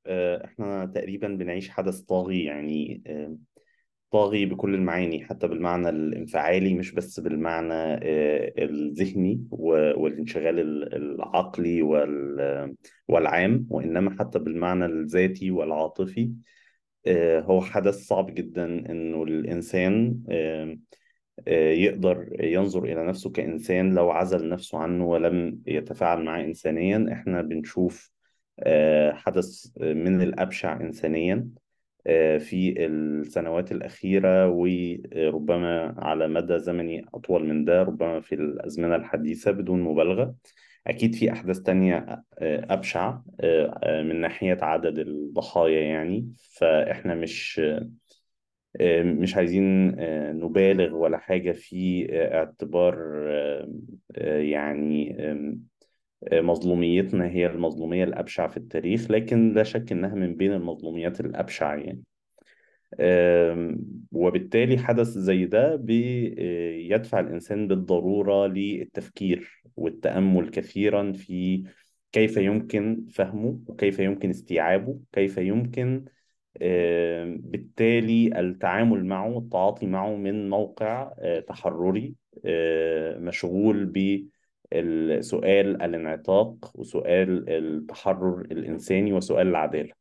احنا تقريبا بنعيش حدث طاغي يعني طاغي بكل المعاني، حتى بالمعنى الانفعالي مش بس بالمعنى الذهني والانشغال العقلي والعام، وإنما حتى بالمعنى الذاتي والعاطفي. هو حدث صعب جدا إنه الإنسان يقدر ينظر إلى نفسه كإنسان لو عزل نفسه عنه ولم يتفاعل معه إنسانيا. إحنا بنشوف حدث من الأبشع إنسانيا في السنوات الأخيرة، وربما على مدى زمني أطول من ده، ربما في الأزمنة الحديثة بدون مبالغة. أكيد في أحداث تانية أبشع من ناحية عدد الضحايا يعني. فإحنا مش عايزين نبالغ ولا حاجة في اعتبار يعني مظلوميتنا هي المظلومية الأبشع في التاريخ، لكن لا شك إنها من بين المظلوميات الأبشع يعني. وبالتالي حدث زي ده بيدفع الإنسان بالضرورة للتفكير والتأمل كثيرا في كيف يمكن فهمه، وكيف يمكن استيعابه، كيف يمكن بالتالي التعامل معه والتعاطي معه من موقع تحرري مشغول بسؤال الانعتاق وسؤال التحرر الإنساني وسؤال العدالة.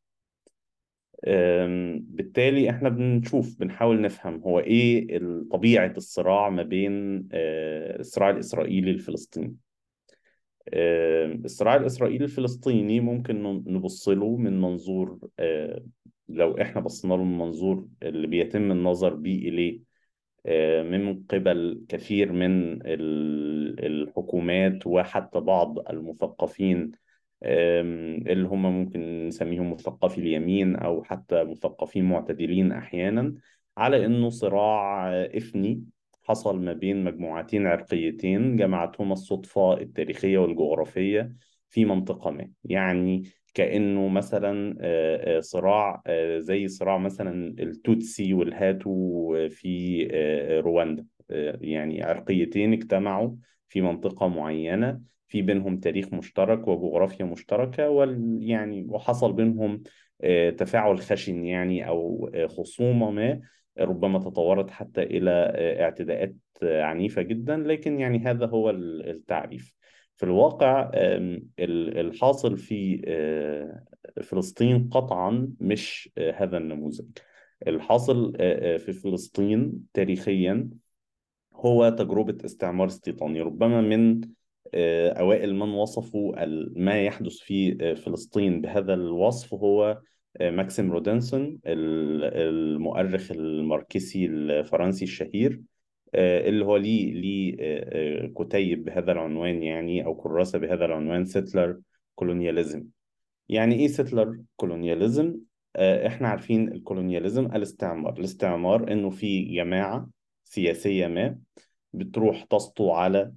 بالتالي احنا بنحاول نفهم هو ايه طبيعة الصراع ما بين الصراع الإسرائيلي الفلسطيني. الصراع الإسرائيلي الفلسطيني ممكن نبص له من منظور، لو احنا بصينا له من منظور اللي بيتم النظر بيه إليه من قبل كثير من الحكومات وحتى بعض المثقفين، اللي هم ممكن نسميهم مثقفي اليمين أو حتى مثقفين معتدلين أحيانا، على إنه صراع إثني حصل ما بين مجموعتين عرقيتين جمعتهما الصدفة التاريخية والجغرافية في منطقة ما. يعني كأنه مثلا صراع زي صراع مثلا التوتسي والهاتو في رواندا. يعني عرقيتين اجتمعوا في منطقة معينة، في بينهم تاريخ مشترك وجغرافيا مشتركة، يعني وحصل بينهم تفاعل خشن يعني، أو خصومة ما ربما تطورت حتى إلى اعتداءات عنيفة جدا. لكن يعني هذا هو التعريف. في الواقع الحاصل في فلسطين قطعا مش هذا النموذج. الحاصل في فلسطين تاريخيا هو تجربة استعمار استيطاني. ربما من أوائل من وصفوا ما يحدث في فلسطين بهذا الوصف هو ماكسيم رودنسون، المؤرخ الماركسي الفرنسي الشهير، اللي هو ليه كتيب بهذا العنوان يعني، أو كراسة بهذا العنوان: سيتلر كولونياليزم. يعني إيه سيتلر كولونياليزم؟ إحنا عارفين الكولونياليزم الاستعمار إنه في جماعة سياسية ما بتروح تسطو على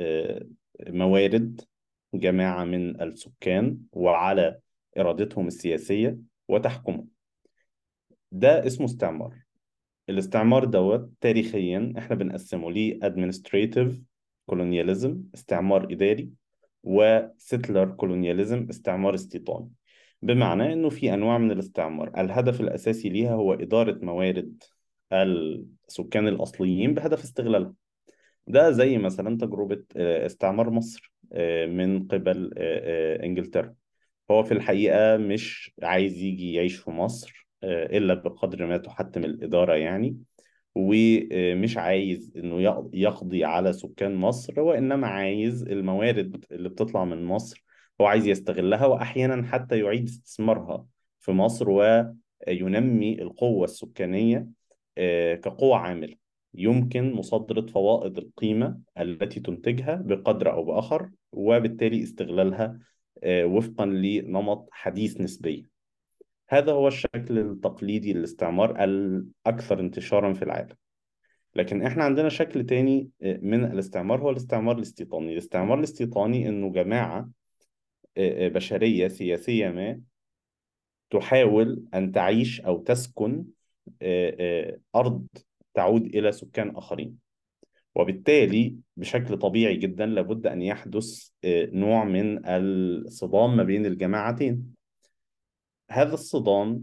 موارد جماعة من السكان وعلى إرادتهم السياسية وتحكمهم. ده اسمه استعمار. الاستعمار دوت تاريخيا احنا بنقسمه ل administrative colonialism، استعمار إداري، وسيتلر colonialism، استعمار استيطاني. بمعنى انه في انواع من الاستعمار الهدف الاساسي ليها هو إدارة موارد السكان الأصليين بهدف استغلالها. ده زي مثلا تجربة استعمار مصر من قبل إنجلترا. هو في الحقيقة مش عايز يجي يعيش في مصر إلا بقدر ما تحتم الإدارة يعني، ومش عايز إنه يقضي على سكان مصر، وإنما عايز الموارد اللي بتطلع من مصر هو عايز يستغلها، وأحيانا حتى يعيد استثمارها في مصر وينمي القوة السكانية كقوة عاملة يمكن مصادرة فوائد القيمة التي تنتجها بقدر أو بآخر، وبالتالي استغلالها وفقا لنمط حديث نسبيا. هذا هو الشكل التقليدي للاستعمار الأكثر انتشارا في العالم. لكن احنا عندنا شكل تاني من الاستعمار، هو الاستعمار الاستيطاني. الاستعمار الاستيطاني انه جماعة بشرية سياسية ما تحاول أن تعيش أو تسكن أرض تعود إلى سكان آخرين، وبالتالي بشكل طبيعي جدا لابد أن يحدث نوع من الصدام ما بين الجماعتين. هذا الصدام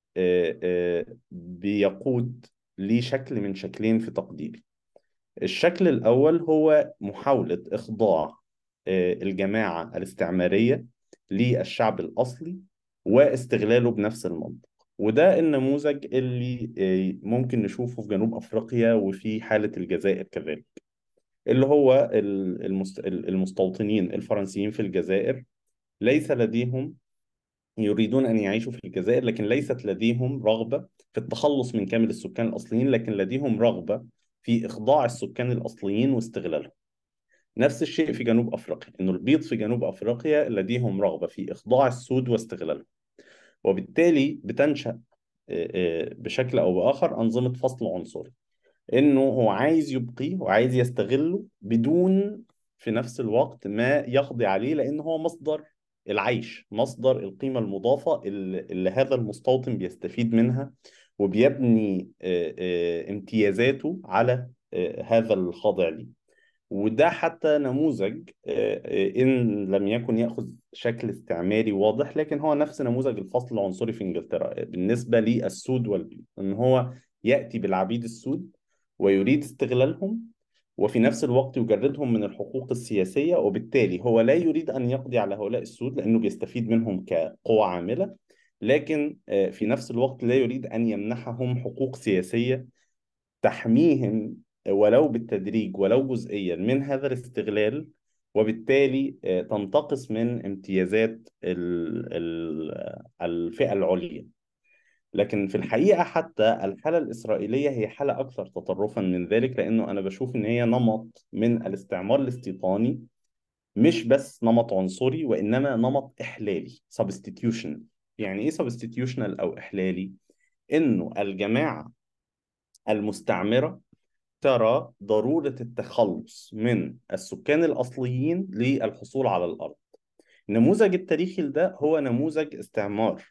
بيقود لشكل من شكلين في تقديري. الشكل الأول هو محاولة إخضاع الجماعة الاستعمارية للشعب الأصلي واستغلاله بنفس المنطق. وده النموذج اللي ممكن نشوفه في جنوب أفريقيا وفي حالة الجزائر كذلك، اللي هو المستوطنين الفرنسيين في الجزائر ليس لديهم، يريدون أن يعيشوا في الجزائر لكن ليست لديهم رغبة في التخلص من كامل السكان الأصليين، لكن لديهم رغبة في إخضاع السكان الأصليين واستغلالهم. نفس الشيء في جنوب أفريقيا، إنه البيض في جنوب أفريقيا لديهم رغبة في إخضاع السود واستغلالهم، وبالتالي بتنشأ بشكل أو بآخر أنظمة فصل عنصري، انه هو عايز يبقيه وعايز يستغله بدون في نفس الوقت ما يقضي عليه، لان هو مصدر العيش، مصدر القيمة المضافة اللي هذا المستوطن بيستفيد منها، وبيبني امتيازاته على هذا الخاضع ليه. وده حتى نموذج إن لم يكن يأخذ شكل استعماري واضح، لكن هو نفس نموذج الفصل العنصري في إنجلترا بالنسبة للسود والبيض، إن هو يأتي بالعبيد السود ويريد استغلالهم، وفي نفس الوقت يجردهم من الحقوق السياسية، وبالتالي هو لا يريد أن يقضي على هؤلاء السود لأنه بيستفيد منهم كقوة عاملة، لكن في نفس الوقت لا يريد أن يمنحهم حقوق سياسية تحميهم ولو بالتدريج ولو جزئيا من هذا الاستغلال، وبالتالي تنتقص من امتيازات الفئة العليا. لكن في الحقيقة حتى الحالة الإسرائيلية هي حالة أكثر تطرفا من ذلك، لأنه أنا بشوف إن هي نمط من الاستعمار الاستيطاني، مش بس نمط عنصري وإنما نمط إحلالي substitution. يعني إيه substitutional أو إحلالي؟ إنه الجماعة المستعمرة ترى ضرورة التخلص من السكان الأصليين للحصول على الأرض. النموذج التاريخي ده هو نموذج استعمار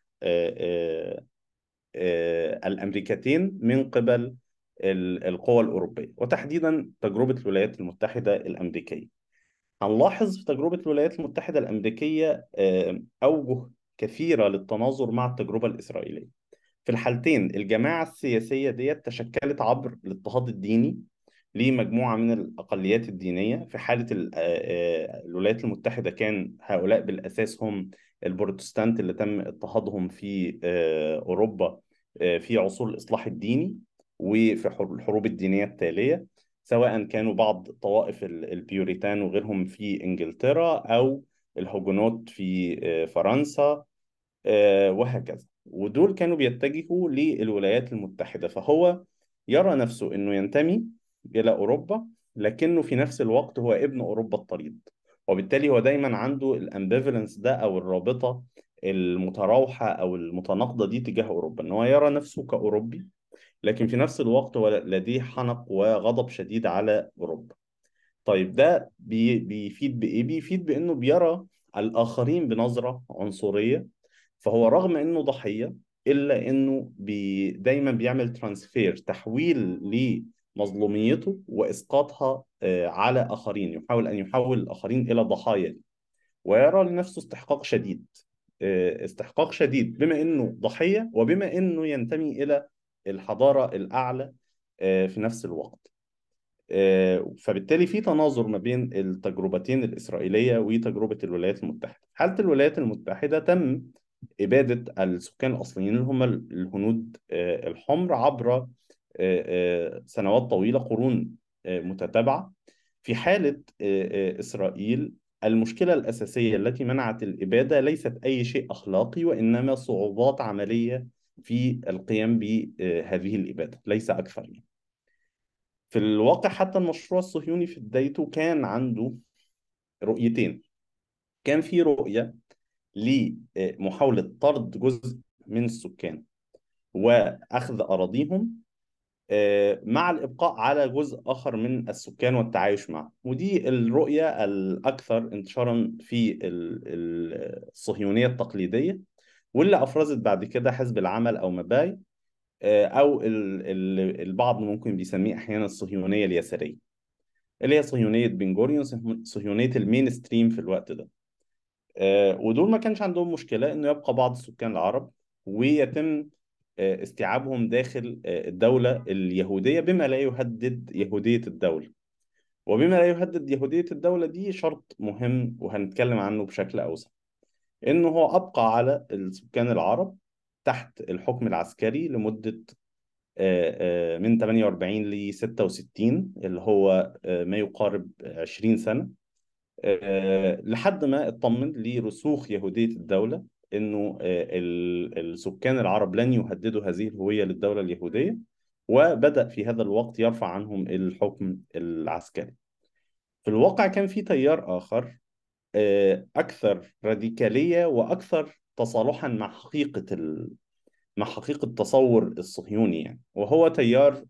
الأمريكتين من قبل القوى الأوروبية، وتحديدا تجربة الولايات المتحدة الأمريكية. هنلاحظ في تجربة الولايات المتحدة الأمريكية أوجه كثيرة للتناظر مع التجربة الإسرائيلية. في الحالتين الجماعة السياسية ديت تشكلت عبر الاضطهاد الديني لمجموعة من الأقليات الدينية. في حالة الولايات المتحدة كان هؤلاء بالأساس هم البروتستانت اللي تم اضطهادهم في أوروبا في عصور الإصلاح الديني وفي الحروب الدينية التالية، سواء كانوا بعض طوائف البيوريتان وغيرهم في إنجلترا، أو الهوجونوت في فرنسا، وهكذا. ودول كانوا بيتجهوا للولايات المتحدة، فهو يرى نفسه أنه ينتمي إلى أوروبا، لكنه في نفس الوقت هو ابن أوروبا الطريد، وبالتالي هو دايما عنده الامبيفالنس ده أو الرابطة المتراوحة أو المتناقضة دي تجاه أوروبا، أنه هو يرى نفسه كأوروبي لكن في نفس الوقت هو لديه حنق وغضب شديد على أوروبا. طيب ده بيفيد بإيه؟ بيفيد بإنه بيرى الآخرين بنظرة عنصرية، فهو رغم إنه ضحية إلا إنه دايما بيعمل ترانسفير، تحويل لمظلوميته وإسقاطها على آخرين، يحاول أن يحول الآخرين إلى ضحايا ليه. ويرى لنفسه استحقاق شديد، استحقاق شديد بما إنه ضحية وبما إنه ينتمي إلى الحضارة الأعلى في نفس الوقت. فبالتالي في تناظر ما بين التجربتين الإسرائيلية وتجربة الولايات المتحدة. حالة الولايات المتحدة تم إبادة السكان الأصليين اللي هم الهنود الحمر عبر سنوات طويلة، قرون متتابعة. في حالة إسرائيل المشكلة الأساسية التي منعت الإبادة ليست أي شيء أخلاقي، وإنما صعوبات عملية في القيام بهذه الإبادة، ليس أكثر يعني. في الواقع حتى المشروع الصهيوني في بدايته كان عنده رؤيتين. كان في رؤية لمحاولة طرد جزء من السكان وأخذ أراضيهم مع الإبقاء على جزء آخر من السكان والتعايش معه، ودي الرؤية الأكثر انتشارا في الصهيونية التقليدية، واللي أفرزت بعد كده حزب العمل أو مباي، أو البعض ممكن بيسميه أحيانا الصهيونية اليسارية، اللي هي صهيونية بن جوريون، صهيونية المين ستريم في الوقت ده. ودول ما كانش عندهم مشكلة إنه يبقى بعض السكان العرب ويتم استيعابهم داخل الدولة اليهودية بما لا يهدد يهودية الدولة. وبما لا يهدد يهودية الدولة دي شرط مهم وهنتكلم عنه بشكل أوسع، إنه هو أبقى على السكان العرب تحت الحكم العسكري لمدة من 48 ل 66، اللي هو ما يقارب 20 سنة، لحد ما اطمن لرسوخ يهودية الدولة، إنه السكان العرب لن يهددوا هذه الهوية للدولة اليهودية، وبدأ في هذا الوقت يرفع عنهم الحكم العسكري. في الواقع كان في تيار آخر أكثر راديكالية وأكثر تصالحا مع مع حقيقة التصور الصهيوني يعني، وهو تيار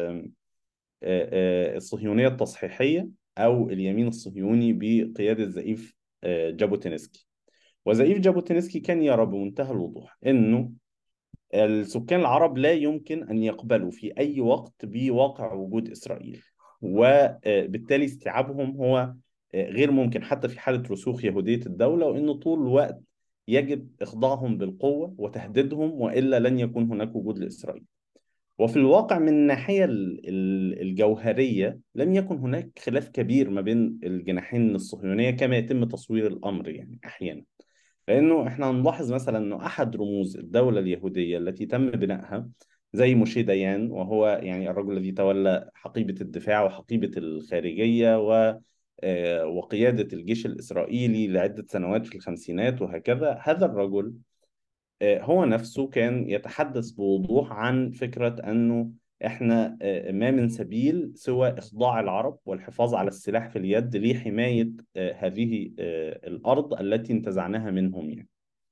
الصهيونية التصحيحية أو اليمين الصهيوني بقيادة زئيف جابوتينسكي. وزئيف جابوتينسكي كان يرى بمنتهى الوضوح أنه السكان العرب لا يمكن أن يقبلوا في أي وقت بواقع وجود إسرائيل، وبالتالي استيعابهم هو غير ممكن حتى في حالة رسوخ يهودية الدولة، وأنه طول الوقت يجب إخضاعهم بالقوة وتهديدهم، وإلا لن يكون هناك وجود لإسرائيل. وفي الواقع من الناحية الجوهرية لم يكن هناك خلاف كبير ما بين الجناحين الصهيونية كما يتم تصوير الأمر يعني أحيانا. لأنه إحنا نلاحظ مثلا أنه أحد رموز الدولة اليهودية التي تم بنائها زي موشي ديان، وهو يعني الرجل الذي تولى حقيبة الدفاع وحقيبة الخارجية وقيادة الجيش الإسرائيلي لعدة سنوات في الخمسينات وهكذا، هذا الرجل هو نفسه كان يتحدث بوضوح عن فكرة أنه إحنا ما من سبيل سوى إخضاع العرب والحفاظ على السلاح في اليد لحماية هذه الأرض التي انتزعناها منهم يعني.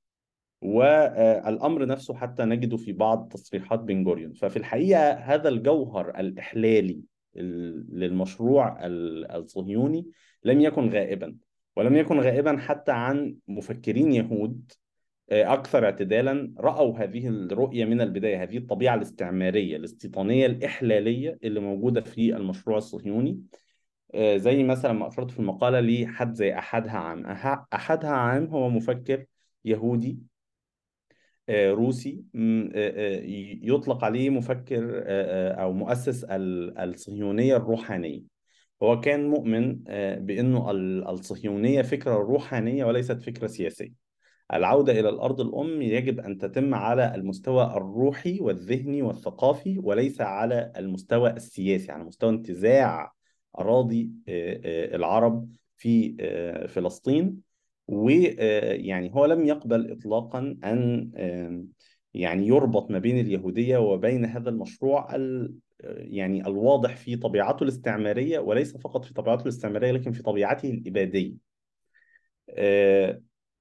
والأمر نفسه حتى نجده في بعض تصريحات بن جوريون. ففي الحقيقة هذا الجوهر الإحلالي للمشروع الصهيوني لم يكن غائبا، ولم يكن غائبا حتى عن مفكرين يهود أكثر اعتدالا رأوا هذه الرؤية من البداية، هذه الطبيعة الاستعمارية الاستيطانية الإحلالية اللي موجودة في المشروع الصهيوني. زي مثلا ما أشرت في المقالة لحد زي أحدها عام. أحدها عام هو مفكر يهودي روسي، يطلق عليه مفكر أو مؤسس الصهيونية الروحانية. هو كان مؤمن بأنه الصهيونية فكرة روحانية وليست فكرة سياسية. العودة إلى الأرض الأم يجب أن تتم على المستوى الروحي والذهني والثقافي، وليس على المستوى السياسي، على مستوى انتزاع أراضي العرب في فلسطين. ويعني هو لم يقبل إطلاقا أن يعني يربط ما بين اليهودية وبين هذا المشروع يعني الواضح في طبيعته الاستعمارية، وليس فقط في طبيعته الاستعمارية لكن في طبيعته الإبادية. آه،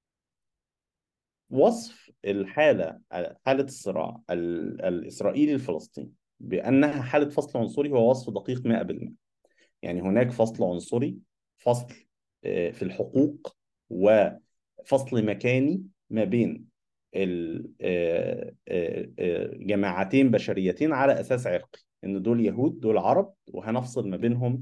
وصف الحالة، حالة الصراع الإسرائيلي الفلسطيني بأنها حالة فصل عنصري هو وصف دقيق 100%. يعني هناك فصل عنصري، فصل في الحقوق، وفصل مكاني ما بين جماعتين بشريتين على أساس عرقي، إن دول يهود دول عرب، وهنفصل ما بينهم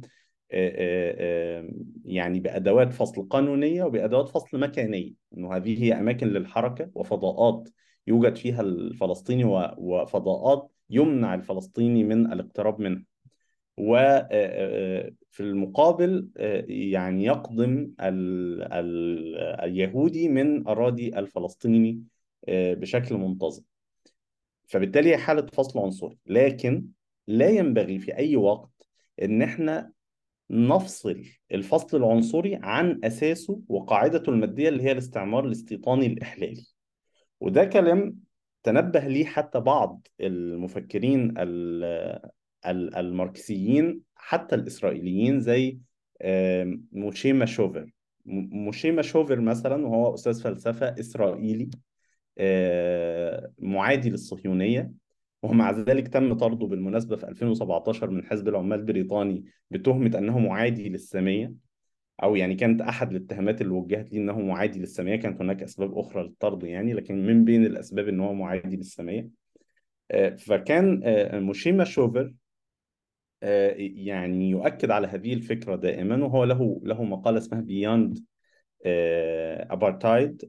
يعني بأدوات فصل قانونية وبأدوات فصل مكانية، إنه هذه هي أماكن للحركة وفضاءات يوجد فيها الفلسطيني وفضاءات يمنع الفلسطيني من الاقتراب منها. وفي المقابل يعني يقضم اليهودي من أراضي الفلسطيني بشكل منتظم. فبالتالي هي حالة فصل عنصري، لكن لا ينبغي في أي وقت إن احنا نفصل الفصل العنصري عن أساسه وقاعدته المادية اللي هي الاستعمار الاستيطاني الإحلالي. وده كلام تنبه ليه حتى بعض المفكرين الماركسيين حتى الإسرائيليين زي موشي ماشوفر. موشي ماشوفر مثلا، وهو أستاذ فلسفة إسرائيلي معادي للصهيونية، ومع ذلك تم طرده بالمناسبة في 2017 من حزب العمال البريطاني بتهمة أنه معادي للسامية، أو يعني كانت أحد الاتهامات اللي وجهت لي أنه معادي للسامية. كانت هناك أسباب أخرى للطرد يعني، لكن من بين الأسباب أنه معادي للسامية. فكان موشيما شوفر يعني يؤكد على هذه الفكرة دائما، وهو له مقالة اسمها بياند ابارتايد،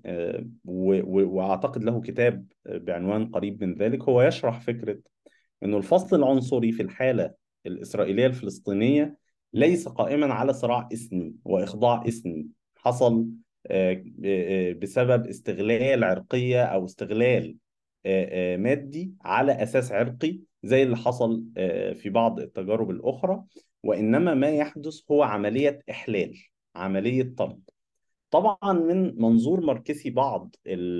واعتقد له كتاب بعنوان قريب من ذلك، هو يشرح فكره انه الفصل العنصري في الحاله الاسرائيليه الفلسطينيه ليس قائما على صراع اثني واخضاع اثني حصل بسبب استغلال عرقيه او استغلال مادي على اساس عرقي زي اللي حصل في بعض التجارب الاخرى، وانما ما يحدث هو عمليه احلال، عمليه طرد. طبعا من منظور ماركسي بعض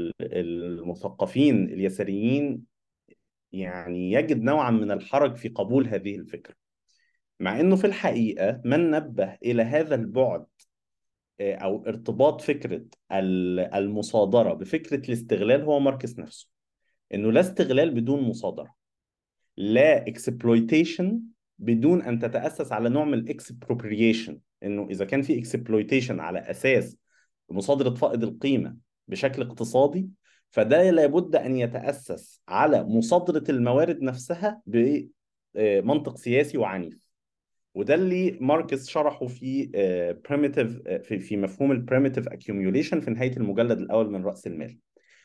المثقفين اليساريين يعني يجد نوعا من الحرج في قبول هذه الفكرة، مع انه في الحقيقة من نبه الى هذا البعد او ارتباط فكرة المصادرة بفكرة الاستغلال هو ماركس نفسه. انه لا استغلال بدون مصادرة، لا اكسبلويتيشن بدون ان تتأسس على نوع من الاكسبروبريشن. انه اذا كان في اكسبلويتيشن على اساس مصادرة فائض القيمة بشكل اقتصادي، فده لابد أن يتأسس على مصادرة الموارد نفسها بمنطق سياسي وعنيف. وده اللي ماركس شرحه في primitive في مفهوم البريميتيف accumulation في نهاية المجلد الأول من رأس المال.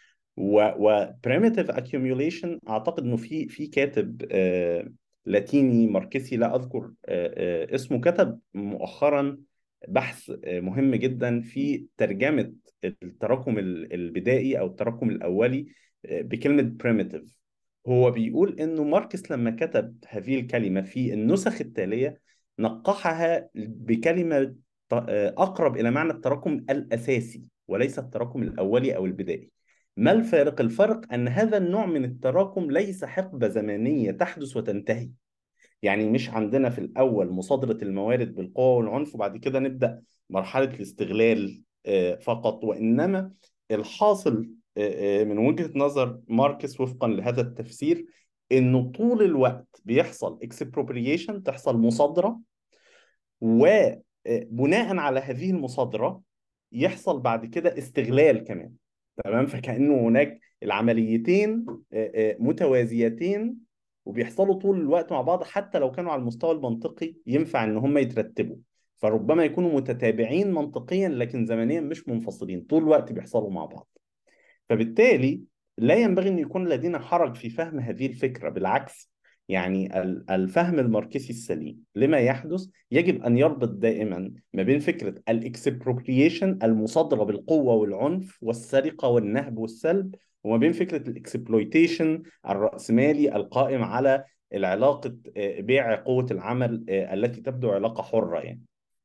و primitive accumulation اعتقد انه في كاتب لاتيني ماركسي لا اذكر اسمه، كتب مؤخرا بحث مهم جدا في ترجمة التراكم البدائي او التراكم الاولي بكلمة primitive. هو بيقول انه ماركس لما كتب هذه الكلمة في النسخ التالية نقحها بكلمة اقرب الى معنى التراكم الاساسي وليس التراكم الاولي او البدائي. ما الفارق؟ الفرق أن هذا النوع من التراكم ليس حقبة زمنية تحدث وتنتهي. يعني مش عندنا في الأول مصادرة الموارد بالقوة والعنف وبعد كده نبدأ مرحلة الاستغلال فقط، وإنما الحاصل من وجهة نظر ماركس وفقا لهذا التفسير إنه طول الوقت بيحصل expropriation، تحصل مصادرة، وبناء على هذه المصادرة يحصل بعد كده استغلال كمان. تمام، فكأنه هناك العمليتين متوازيتين وبيحصلوا طول الوقت مع بعض، حتى لو كانوا على المستوى المنطقي ينفع ان هم يترتبوا، فربما يكونوا متتابعين منطقيا لكن زمنيا مش منفصلين، طول الوقت بيحصلوا مع بعض. فبالتالي لا ينبغي أن يكون لدينا حرج في فهم هذه الفكرة، بالعكس. يعني الفهم الماركسي السليم لما يحدث يجب أن يربط دائما ما بين فكرة الاكسبروبريشن، المصادرة بالقوة والعنف والسرقة والنهب والسلب، وما بين فكرة الاكسبلويتيشن الرأسمالي القائم على العلاقة بيع قوة العمل التي تبدو علاقة حرة يعني.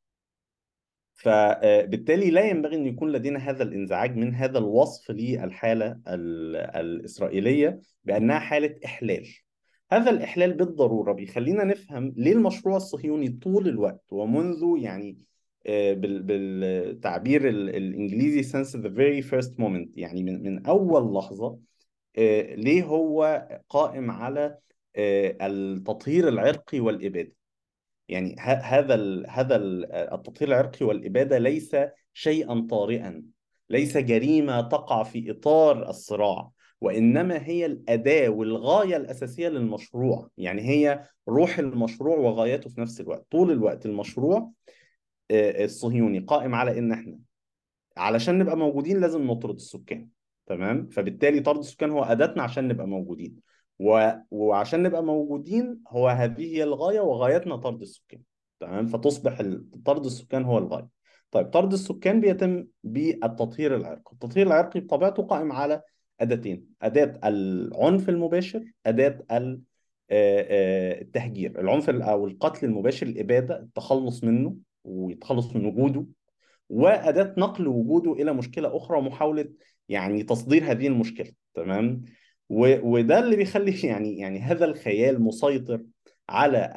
فبالتالي لا ينبغي أن يكون لدينا هذا الانزعاج من هذا الوصف للحالة الإسرائيلية بأنها حالة إحلال. هذا الإحلال بالضرورة بيخلينا نفهم ليه المشروع الصهيوني طول الوقت ومنذ يعني بالتعبير الإنجليزي since the very first moment، يعني من أول لحظة ليه هو قائم على التطهير العرقي والإبادة. يعني هذا التطهير العرقي والإبادة ليس شيئا طارئا، ليس جريمة تقع في إطار الصراع، وإنما هي الأداة والغاية الأساسية للمشروع. يعني هي روح المشروع وغايته في نفس الوقت. طول الوقت المشروع الصهيوني قائم على إن إحنا علشان نبقى موجودين لازم نطرد السكان. تمام، فبالتالي طرد السكان هو أداتنا عشان نبقى موجودين، وعشان نبقى موجودين هو هذه هي الغاية، وغايتنا طرد السكان. تمام، فتصبح طرد السكان هو الغاية. طيب طرد السكان بيتم بالتطهير العرقي. التطهير العرقي بطبيعته قائم على أداتين: أداة العنف المباشر، أداة التهجير. العنف أو القتل المباشر، الإبادة، التخلص منه ويتخلص من وجوده، وأداة نقل وجوده إلى مشكلة أخرى ومحاولة يعني تصدير هذه المشكلة. تمام، وده اللي بيخلي يعني هذا الخيال مسيطر على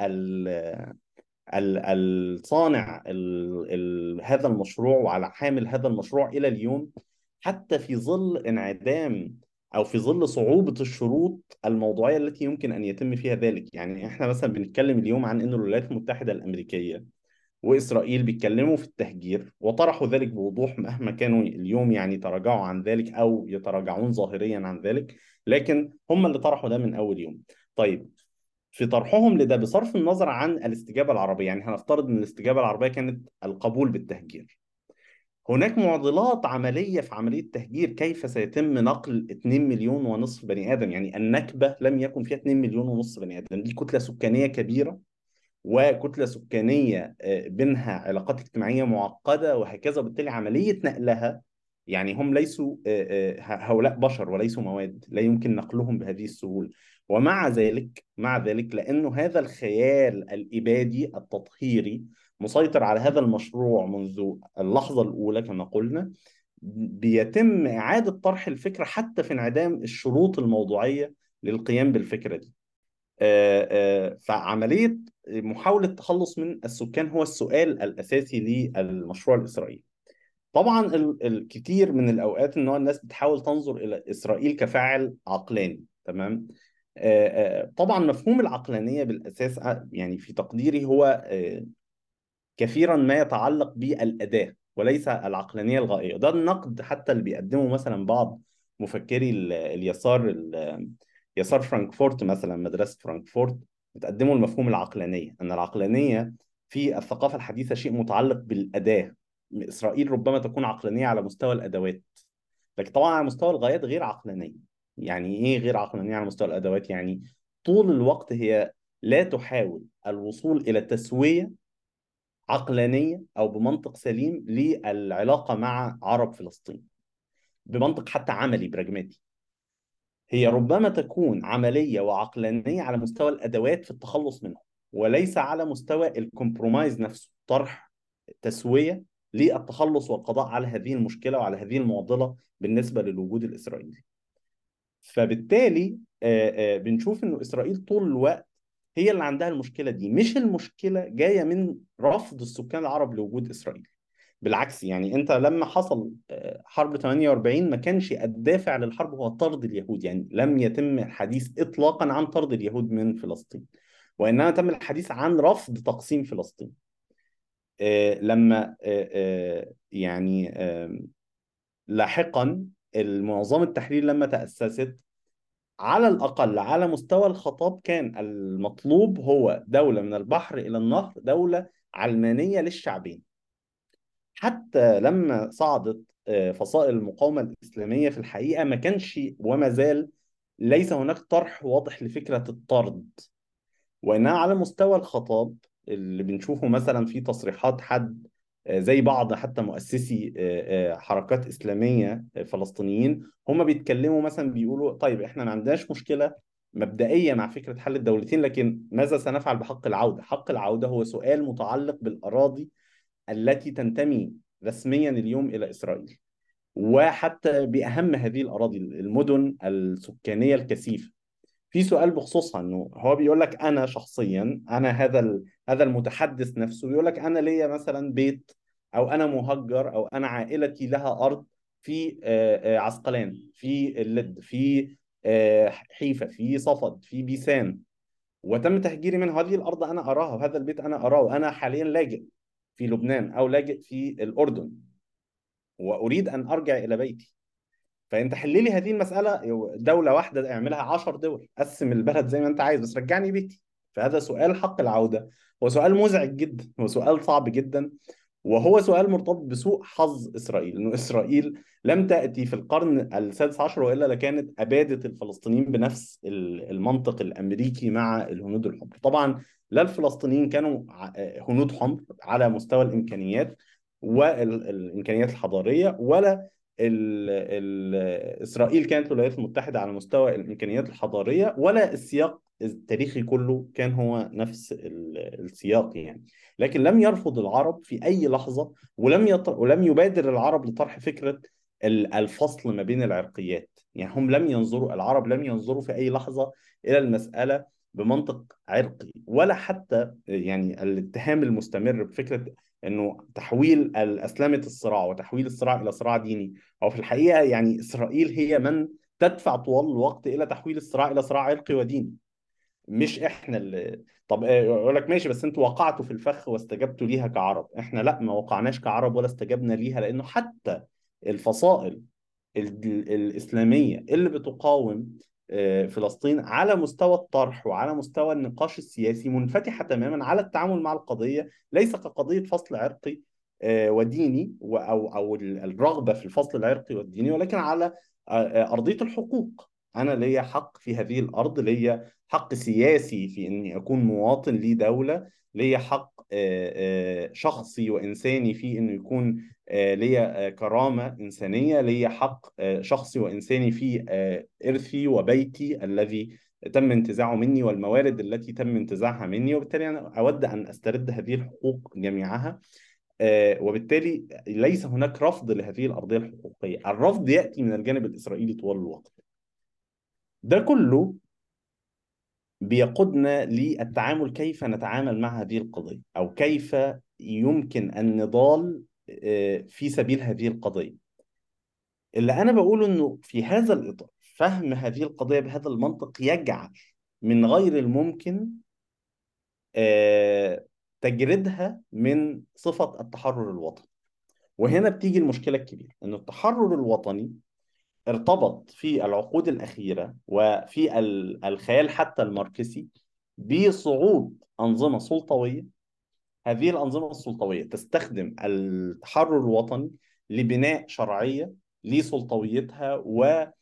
الصانع هذا المشروع وعلى حامل هذا المشروع إلى اليوم، حتى في ظل انعدام أو في ظل صعوبة الشروط الموضوعية التي يمكن أن يتم فيها ذلك. يعني إحنا مثلا بنتكلم اليوم عن أن الولايات المتحدة الأمريكية وإسرائيل بيتكلموا في التهجير وطرحوا ذلك بوضوح، مهما كانوا اليوم يعني تراجعوا عن ذلك أو يتراجعون ظاهريا عن ذلك، لكن هم اللي طرحوا ده من أول يوم. طيب في طرحهم لده بصرف النظر عن الاستجابة العربية، يعني هنفترض أن الاستجابة العربية كانت القبول بالتهجير، هناك معضلات عملية في عملية التهجير. كيف سيتم نقل 2 مليون ونصف بني آدم؟ يعني النكبة لم يكن فيها 2 مليون ونصف بني آدم، دي كتلة سكانية كبيرة، وكتلة سكانية بينها علاقات اجتماعية معقدة وهكذا، وبالتالي عملية نقلها، يعني هم ليسوا هؤلاء بشر وليسوا مواد، لا يمكن نقلهم بهذه السهولة. ومع ذلك لأنه هذا الخيال الإبادي التطهيري مسيطر على هذا المشروع منذ اللحظة الأولى كما قلنا، بيتم إعادة طرح الفكرة حتى في انعدام الشروط الموضوعية للقيام بالفكرة دي. فعملية محاولة التخلص من السكان هو السؤال الأساسي للمشروع الإسرائيلي. طبعا الكثير من الأوقات إن هو الناس بتحاول تنظر إلى إسرائيل كفاعل عقلاني، تمام. طبعا مفهوم العقلانية بالأساس يعني في تقديري هو كثيرا ما يتعلق بالأداة وليس العقلانية الغائية. ده النقد حتى اللي بيقدمه مثلا بعض مفكري اليسار، يسار فرانكفورت مثلا، مدرسة فرانكفورت، بتقدموا المفهوم العقلانية، أن العقلانية في الثقافة الحديثة شيء متعلق بالأداة. إسرائيل ربما تكون عقلانية على مستوى الأدوات، لكن طبعا على مستوى الغايات غير عقلانية. يعني إيه غير عقلانية على مستوى الأدوات؟ يعني طول الوقت هي لا تحاول الوصول إلى تسوية عقلانية أو بمنطق سليم للعلاقة مع عرب فلسطين، بمنطق حتى عملي براجماتي. هي ربما تكون عملية وعقلانية على مستوى الأدوات في التخلص منهم، وليس على مستوى الكومبرومايز نفسه، طرح تسوية للتخلص والقضاء على هذه المشكلة وعلى هذه المعضلة بالنسبة للوجود الإسرائيلي. فبالتالي بنشوف إنه إسرائيل طول الوقت هي اللي عندها المشكلة دي، مش المشكلة جاية من رفض السكان العرب لوجود إسرائيل. بالعكس، يعني انت لما حصل حرب 48 ما كانش الدافع للحرب هو طرد اليهود، يعني لم يتم الحديث اطلاقا عن طرد اليهود من فلسطين، وانما تم الحديث عن رفض تقسيم فلسطين. لما يعني لاحقا المنظمة التحرير لما تأسست، على الأقل على مستوى الخطاب كان المطلوب هو دولة من البحر إلى النهر، دولة علمانية للشعبين. حتى لما صعدت فصائل المقاومة الإسلامية في الحقيقة ما كانش وما زال ليس هناك طرح واضح لفكرة الطرد، وإنها على مستوى الخطاب اللي بنشوفه مثلا في تصريحات حد زي بعض حتى مؤسسي حركات إسلامية فلسطينيين، هم بيتكلموا مثلا بيقولوا طيب إحنا ما عندناش مشكلة مبدئية مع فكرة حل الدولتين، لكن ماذا سنفعل بحق العودة؟ حق العودة هو سؤال متعلق بالأراضي التي تنتمي رسميا اليوم إلى إسرائيل، وحتى بأهم هذه الأراضي المدن السكانية الكثيفة. في سؤال بخصوصها، انه هو بيقول لك انا شخصيا، انا هذا المتحدث نفسه بيقول لك انا ليا مثلا بيت، او انا مهجر، او انا عائلتي لها ارض في عسقلان، في اللد، في حيفا، في صفد، في بيسان، وتم تهجيري من هذه الارض. انا اراها وهذا البيت انا اراه، وانا حاليا لاجئ في لبنان او لاجئ في الاردن، واريد ان ارجع الى بيتي. فانت حل لي هذه المساله، دوله واحده اعملها 10 دول، قسم البلد زي ما انت عايز، بس رجعني بيتي. فهذا سؤال حق العوده، هو سؤال مزعج جدا، هو سؤال صعب جدا، وهو سؤال مرتبط بسوء حظ إسرائيل، إنه إسرائيل لم تأتي في القرن السادس عشر وإلا لكانت أبادت الفلسطينيين بنفس المنطق الأمريكي مع الهنود الحمر. طبعا لا الفلسطينيين كانوا هنود حمر على مستوى الإمكانيات والإمكانيات الحضارية، ولا إسرائيل كانت الولايات المتحدة على مستوى الإمكانيات الحضارية، ولا السياق التاريخي كله كان هو نفس السياق يعني. لكن لم يرفض العرب في أي لحظة، ولم يبادر العرب لطرح فكرة الفصل ما بين العرقيات. يعني هم لم ينظروا، العرب لم ينظروا في أي لحظة إلى المسألة بمنطق عرقي، ولا حتى يعني الاتهام المستمر بفكرة انه تحويل اسلمه الصراع وتحويل الصراع الى صراع ديني، او في الحقيقه يعني اسرائيل هي من تدفع طوال الوقت الى تحويل الصراع الى صراع عرقي وديني، مش احنا اللي. طب يقول لك ماشي، بس انتوا وقعتوا في الفخ واستجبتوا ليها كعرب. احنا لا، ما وقعناش كعرب ولا استجبنا ليها، لانه حتى الفصائل الإسلامية اللي بتقاوم فلسطين على مستوى الطرح وعلى مستوى النقاش السياسي منفتحة تماما على التعامل مع القضية، ليس كقضية فصل عرقي وديني، او الرغبه في الفصل العرقي والديني، ولكن على ارضيه الحقوق. انا ليا حق في هذه الارض، ليا حق سياسي في اني اكون مواطن لي دوله، ليا حق شخصي وانساني في انه يكون ليا كرامه انسانيه، ليا حق شخصي وانساني في ارثي وبيتي الذي تم انتزاعه مني، والموارد التي تم انتزاعها مني، وبالتالي أنا أود أن أسترد هذه الحقوق جميعها. وبالتالي ليس هناك رفض لهذه الأرضية الحقوقية، الرفض يأتي من الجانب الإسرائيلي طوال الوقت. ده كله بيقودنا للتعامل، كيف نتعامل مع هذه القضية، أو كيف يمكن النضال في سبيل هذه القضية. اللي أنا بقوله إنه في هذا الإطار، فهم هذه القضية بهذا المنطق يجعل من غير الممكن تجريدها من صفة التحرر الوطني. وهنا بتيجي المشكلة الكبيرة، أن التحرر الوطني ارتبط في العقود الأخيرة وفي الخيال حتى الماركسي بصعود أنظمة سلطوية. هذه الأنظمة السلطوية تستخدم التحرر الوطني لبناء شرعية لسلطويتها، و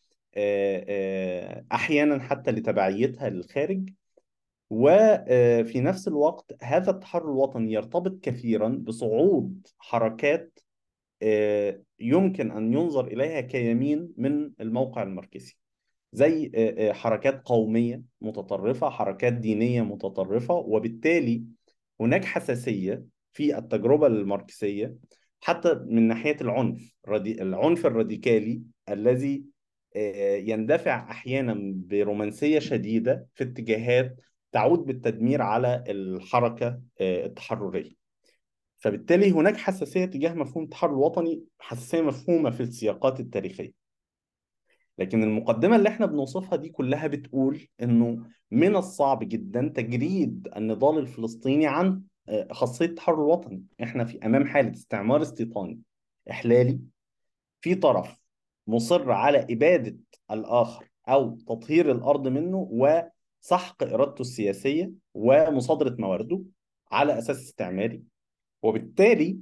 أحيانا حتى لتبعيتها للخارج. وفي نفس الوقت هذا التحرر الوطني يرتبط كثيرا بصعود حركات يمكن أن ينظر إليها كيمين من الموقع الماركسي، زي حركات قومية متطرفة، حركات دينية متطرفة. وبالتالي هناك حساسية في التجربة الماركسية حتى من ناحية العنف، العنف الراديكالي الذي يندفع أحيانا برومانسية شديدة في اتجاهات تعود بالتدمير على الحركة التحررية. فبالتالي هناك حساسية تجاه مفهوم التحرر الوطني، حساسية مفهومة في السياقات التاريخية. لكن المقدمة اللي احنا بنوصفها دي كلها بتقول انه من الصعب جدا تجريد النضال الفلسطيني عن خاصية التحرر الوطني. احنا في امام حالة استعمار استيطاني احلالي، في طرف مصر على إبادة الآخر أو تطهير الأرض منه وسحق إرادته السياسية ومصادرة موارده على أساس استعماري. وبالتالي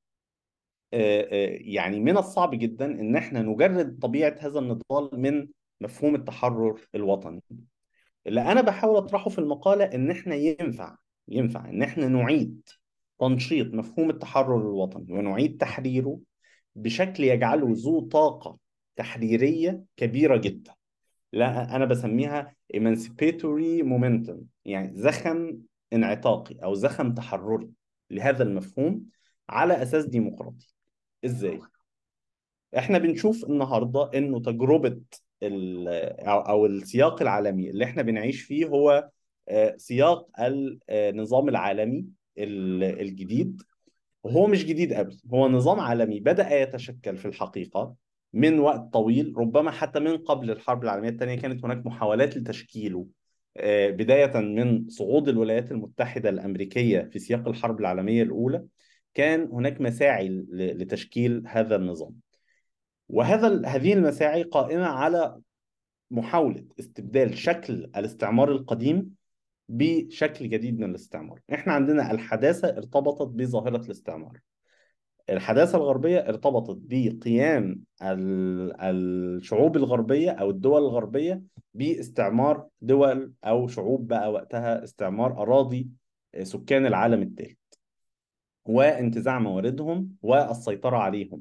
يعني من الصعب جدا ان احنا نجرد طبيعة هذا النضال من مفهوم التحرر الوطني. اللي انا بحاول اطرحه في المقالة ان احنا ينفع ان احنا نعيد تنشيط مفهوم التحرر الوطني ونعيد تحريره بشكل يجعله ذو طاقة تحريرية كبيرة جدا. لا، انا بسميها emancipatory momentum، يعني زخم انعتاقي او زخم تحرري لهذا المفهوم على اساس ديمقراطي. ازاي؟ احنا بنشوف النهارده انه تجربه او السياق العالمي اللي احنا بنعيش فيه هو سياق النظام العالمي الجديد. وهو مش جديد قوي، هو نظام عالمي بدأ يتشكل في الحقيقة من وقت طويل، ربما حتى من قبل الحرب العالمية الثانية كانت هناك محاولات لتشكيله. بداية من صعود الولايات المتحدة الأمريكية في سياق الحرب العالمية الأولى، كان هناك مساعي لتشكيل هذا النظام. هذه المساعي قائمة على محاولة استبدال شكل الاستعمار القديم بشكل جديد من الاستعمار. احنا عندنا الحداثة ارتبطت بظاهرة الاستعمار، الحداثة الغربية ارتبطت بقيام الشعوب الغربية أو الدول الغربية باستعمار دول أو شعوب، بقى وقتها استعمار أراضي سكان العالم الثالث وانتزاع مواردهم والسيطرة عليهم.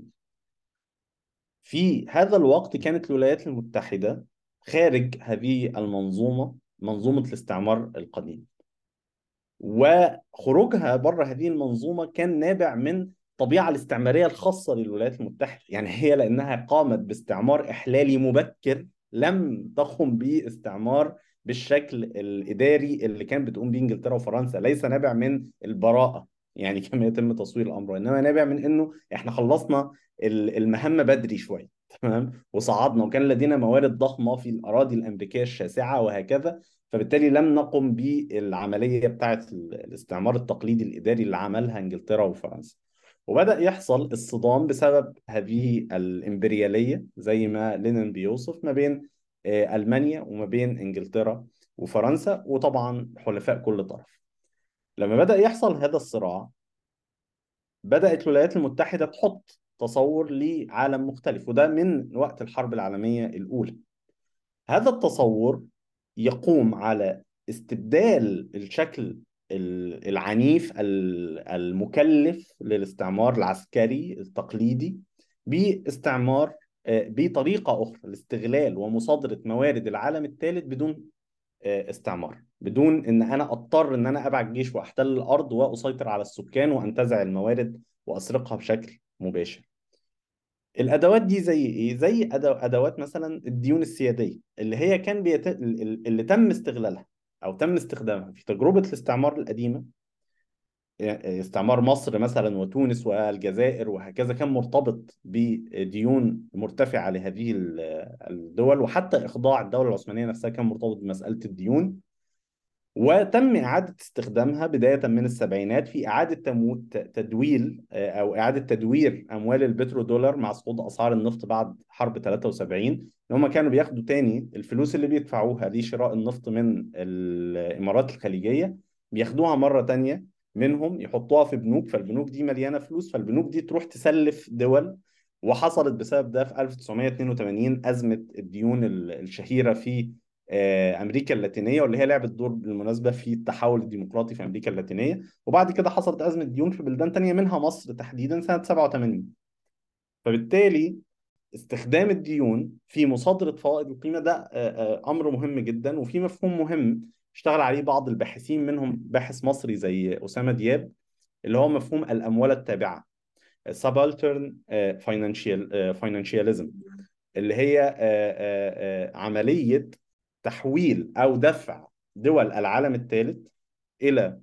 في هذا الوقت كانت الولايات المتحدة خارج هذه المنظومة، منظومة الاستعمار القديم. وخروجها بره هذه المنظومة كان نابع من الطبيعة الاستعمارية الخاصة للولايات المتحدة. يعني هي لأنها قامت باستعمار إحلالي مبكر لم تقم باستعمار بالشكل الإداري اللي كان بتقوم به إنجلترا وفرنسا، ليس نابع من البراءة يعني كما يتم تصوير الأمر، إنما نابع من إنه إحنا خلصنا المهمة بدري شوية. تمام، وصعدنا وكان لدينا موارد ضخمة في الأراضي الأمريكية الشاسعة وهكذا. فبالتالي لم نقم بالعملية بتاعة الاستعمار التقليدي الإداري اللي عملها إنجلترا وفرنسا. وبدأ يحصل الصدام بسبب هذه الإمبريالية زي ما لينين بيوصف ما بين ألمانيا وما بين إنجلترا وفرنسا، وطبعا حلفاء كل طرف. لما بدأ يحصل هذا الصراع بدأت الولايات المتحدة تحط تصور لعالم مختلف، وده من وقت الحرب العالمية الأولى. هذا التصور يقوم على استبدال الشكل العنيف المكلف للاستعمار العسكري التقليدي باستعمار بطريقة أخرى لاستغلال ومصادرة موارد العالم الثالث بدون استعمار، بدون ان انا اضطر ان انا ابعت جيش واحتل الارض واسيطر على السكان وانتزع الموارد واسرقها بشكل مباشر. الادوات دي زي ايه؟ زي ادوات مثلا الديون السياديه اللي هي كان اللي تم استغلالها او تم استخدامها في تجربه الاستعمار القديمه. يعني استعمار مصر مثلا وتونس والجزائر وهكذا كان مرتبط بديون مرتفعه لهذه الدول، وحتى اخضاع الدوله العثمانيه نفسها كان مرتبط بمساله الديون. وتم إعادة استخدامها بداية من السبعينات في إعادة تدويل أو إعادة تدوير أموال البترودولار مع صعود أسعار النفط بعد حرب 73. إن هم كانوا بياخدوا تاني الفلوس اللي بيدفعوها لشراء النفط من الإمارات الخليجية، بياخدوها مرة تانية منهم يحطوها في بنوك، فالبنوك دي مليانة فلوس، فالبنوك دي تروح تسلف دول. وحصلت بسبب ده في 1982 أزمة الديون الشهيرة في امريكا اللاتينيه، واللي هي لعبت دور بالمناسبه في التحول الديمقراطي في امريكا اللاتينيه. وبعد كده حصلت ازمه ديون في بلدان تانية منها مصر تحديدا سنه 87. فبالتالي استخدام الديون في مصادره فوائد القيمه ده امر مهم جدا، وفي مفهوم مهم اشتغل عليه بعض الباحثين منهم باحث مصري زي اسامه دياب، اللي هو مفهوم الاموال التابعه، subaltern financialism، اللي هي عملية تحويل أو دفع دول العالم الثالث إلى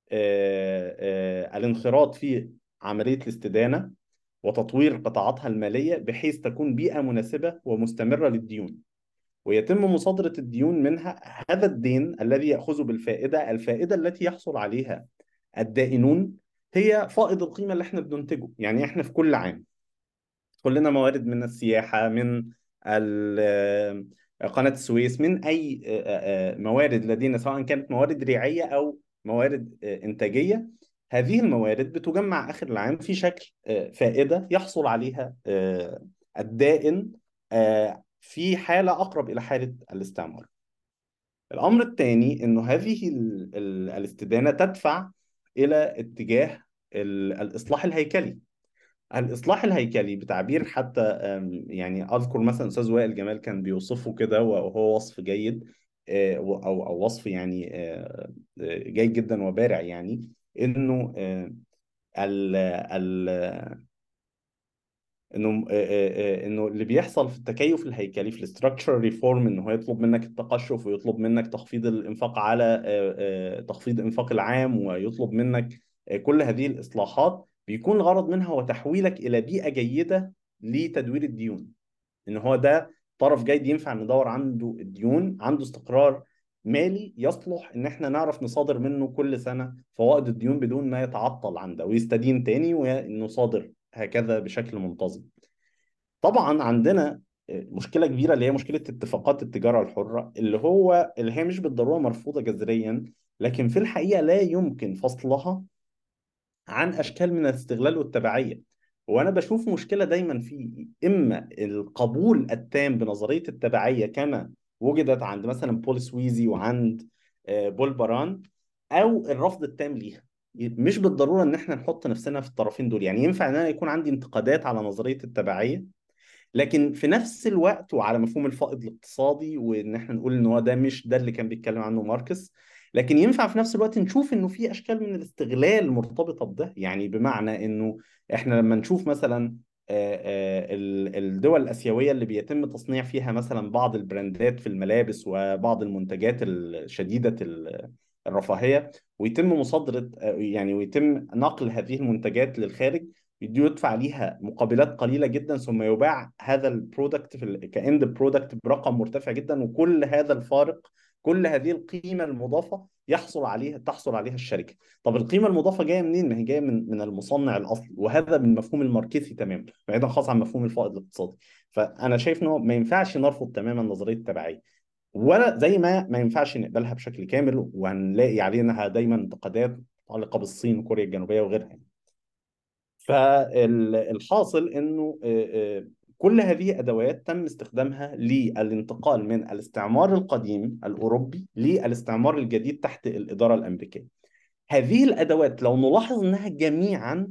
الانخراط في عملية الاستدانة وتطوير قطاعاتها المالية بحيث تكون بيئة مناسبة ومستمرة للديون، ويتم مصادرة الديون منها. هذا الدين الذي يأخذ بالفائدة، الفائدة التي يحصل عليها الدائنون هي فائض القيمة اللي احنا بننتجه. يعني احنا في كل عام كلنا موارد من السياحة، من قناة السويس، من أي موارد لدينا سواء كانت موارد ريعية أو موارد إنتاجية. هذه الموارد بتجمع آخر العام في شكل فائدة يحصل عليها الدائن في حالة أقرب إلى حالة الاستعمار. الأمر الثاني إنه هذه الاستدانة تدفع إلى اتجاه الإصلاح الهيكلي. الإصلاح الهيكلي بتعبير حتى يعني أذكر مثلا أستاذ وائل جمال كان بيوصفه كده وهو وصف جيد، أو وصف يعني جيد جدا وبارع، يعني إنه ال ال انه اللي بيحصل في التكيف الهيكلي في الاستراكشر ريفورم ان هو يطلب منك التقشف ويطلب منك تخفيض الانفاق على تخفيض الانفاق العام، ويطلب منك كل هذه الاصلاحات بيكون الغرض منها هو تحويلك الى بيئة جيدة لتدوير الديون. ان هو ده طرف جيد ينفع ندور عنده الديون، عنده استقرار مالي يصلح ان احنا نعرف نصادر منه كل سنة فوائد الديون بدون ما يتعطل عنده ويستدين تاني ونصادر هكذا بشكل منتظم. طبعا عندنا مشكلة كبيرة اللي هي مشكلة اتفاقات التجارة الحرة، اللي هي مش بالضرورة مرفوضة جذريا، لكن في الحقيقة لا يمكن فصلها عن أشكال من الاستغلال والتبعية. وأنا بشوف مشكلة دايما في إما القبول التام بنظرية التبعية كما وجدت عند مثلا بول سويزي وعند بول بران، أو الرفض التام ليها. مش بالضرورة إن احنا نحط نفسنا في الطرفين دول. يعني ينفع إن أنا يكون عندي انتقادات على نظرية التبعية، لكن في نفس الوقت وعلى مفهوم الفائض الاقتصادي، وان احنا نقول ان هو ده مش ده اللي كان بيتكلم عنه ماركس، لكن ينفع في نفس الوقت نشوف انه في اشكال من الاستغلال مرتبطه بده. يعني بمعنى انه احنا لما نشوف مثلا الدول الاسيويه اللي بيتم تصنيع فيها مثلا بعض البراندات في الملابس وبعض المنتجات الشديده الرفاهيه، ويتم مصادره يعني ويتم نقل هذه المنتجات للخارج، يدفع ليها مقابلات قليله جدا ثم يباع هذا البرودكت كاند برودكت برقم مرتفع جدا، وكل هذا الفارق، كل هذه القيمه المضافه تحصل عليها الشركه. طب القيمه المضافه جايه منين؟ ما هي جايه من المصنع الاصلي، وهذا من المفهوم الماركسي تماما بعيدا خالص عن مفهوم الفائض الاقتصادي. فانا شايف انه ما ينفعش نرفض تماما نظريه التبعيه، ولا زي ما ينفعش نقبلها بشكل كامل، وهنلاقي عليها دايما انتقادات متعلقه بالصين وكوريا الجنوبيه وغيرها. فالحاصل انه كل هذه ادوات تم استخدامها للانتقال من الاستعمار القديم الاوروبي للاستعمار الجديد تحت الاداره الامريكيه. هذه الادوات لو نلاحظ انها جميعا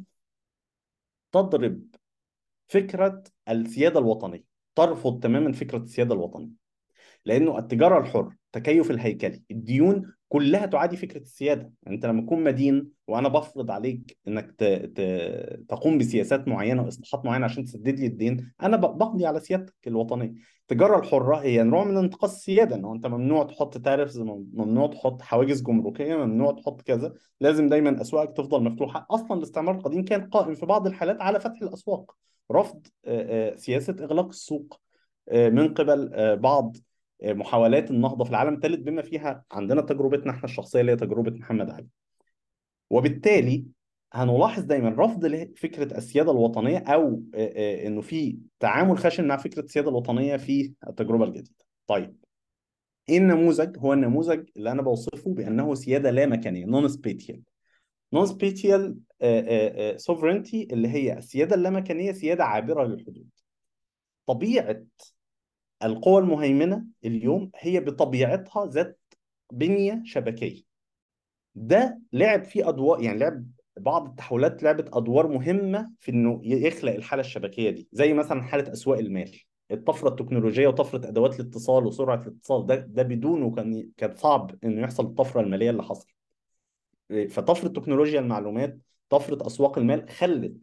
تضرب فكره السياده الوطنيه، ترفض تماما فكره السياده الوطنيه، لانه التجاره الحر، التكيف الهيكلي، الديون، كلها تعادي فكره السياده. انت لما تكون مدين وانا بفرض عليك انك تقوم بسياسات معينه واصلاحات معينه عشان تسدد لي الدين، انا بقضي على سيادتك الوطنيه. التجاره الحره هي نوع من انتقاص السياده، انه انت ممنوع تحط تارفز، ممنوع تحط حواجز جمركيه، ممنوع تحط كذا، لازم دايما اسواقك تفضل مفتوحه. اصلا الاستعمار القديم كان قائم في بعض الحالات على فتح الاسواق، رفض سياسه اغلاق السوق من قبل بعض محاولات النهضة في العالم الثالث، بما فيها عندنا تجربتنا احنا الشخصية اللي هي تجربة محمد علي. وبالتالي هنلاحظ دايما رفض لفكرة السيادة الوطنية، أو إنه في تعامل خشن مع فكرة السيادة الوطنية في التجربة الجديدة. طيب، إيه النموذج؟ هو النموذج اللي أنا بوصفه بأنه سيادة لا مكانية، نون سبيتيال. نون سبيتيال سوفرينتي، اللي هي السيادة اللامكانية، سيادة عابرة للحدود. طبيعة القوى المهيمنة اليوم هي بطبيعتها ذات بنية شبكية. ده لعب فيه أدوار، يعني لعب بعض التحولات لعبت أدوار مهمة في إنه يخلق الحالة الشبكية دي، زي مثلا حالة أسواق المال، الطفرة التكنولوجية وطفرة أدوات الاتصال وسرعة الاتصال. ده بدونه كان صعب إنه يحصل الطفرة المالية اللي حصل. فطفرة تكنولوجيا المعلومات، طفرة أسواق المال، خلت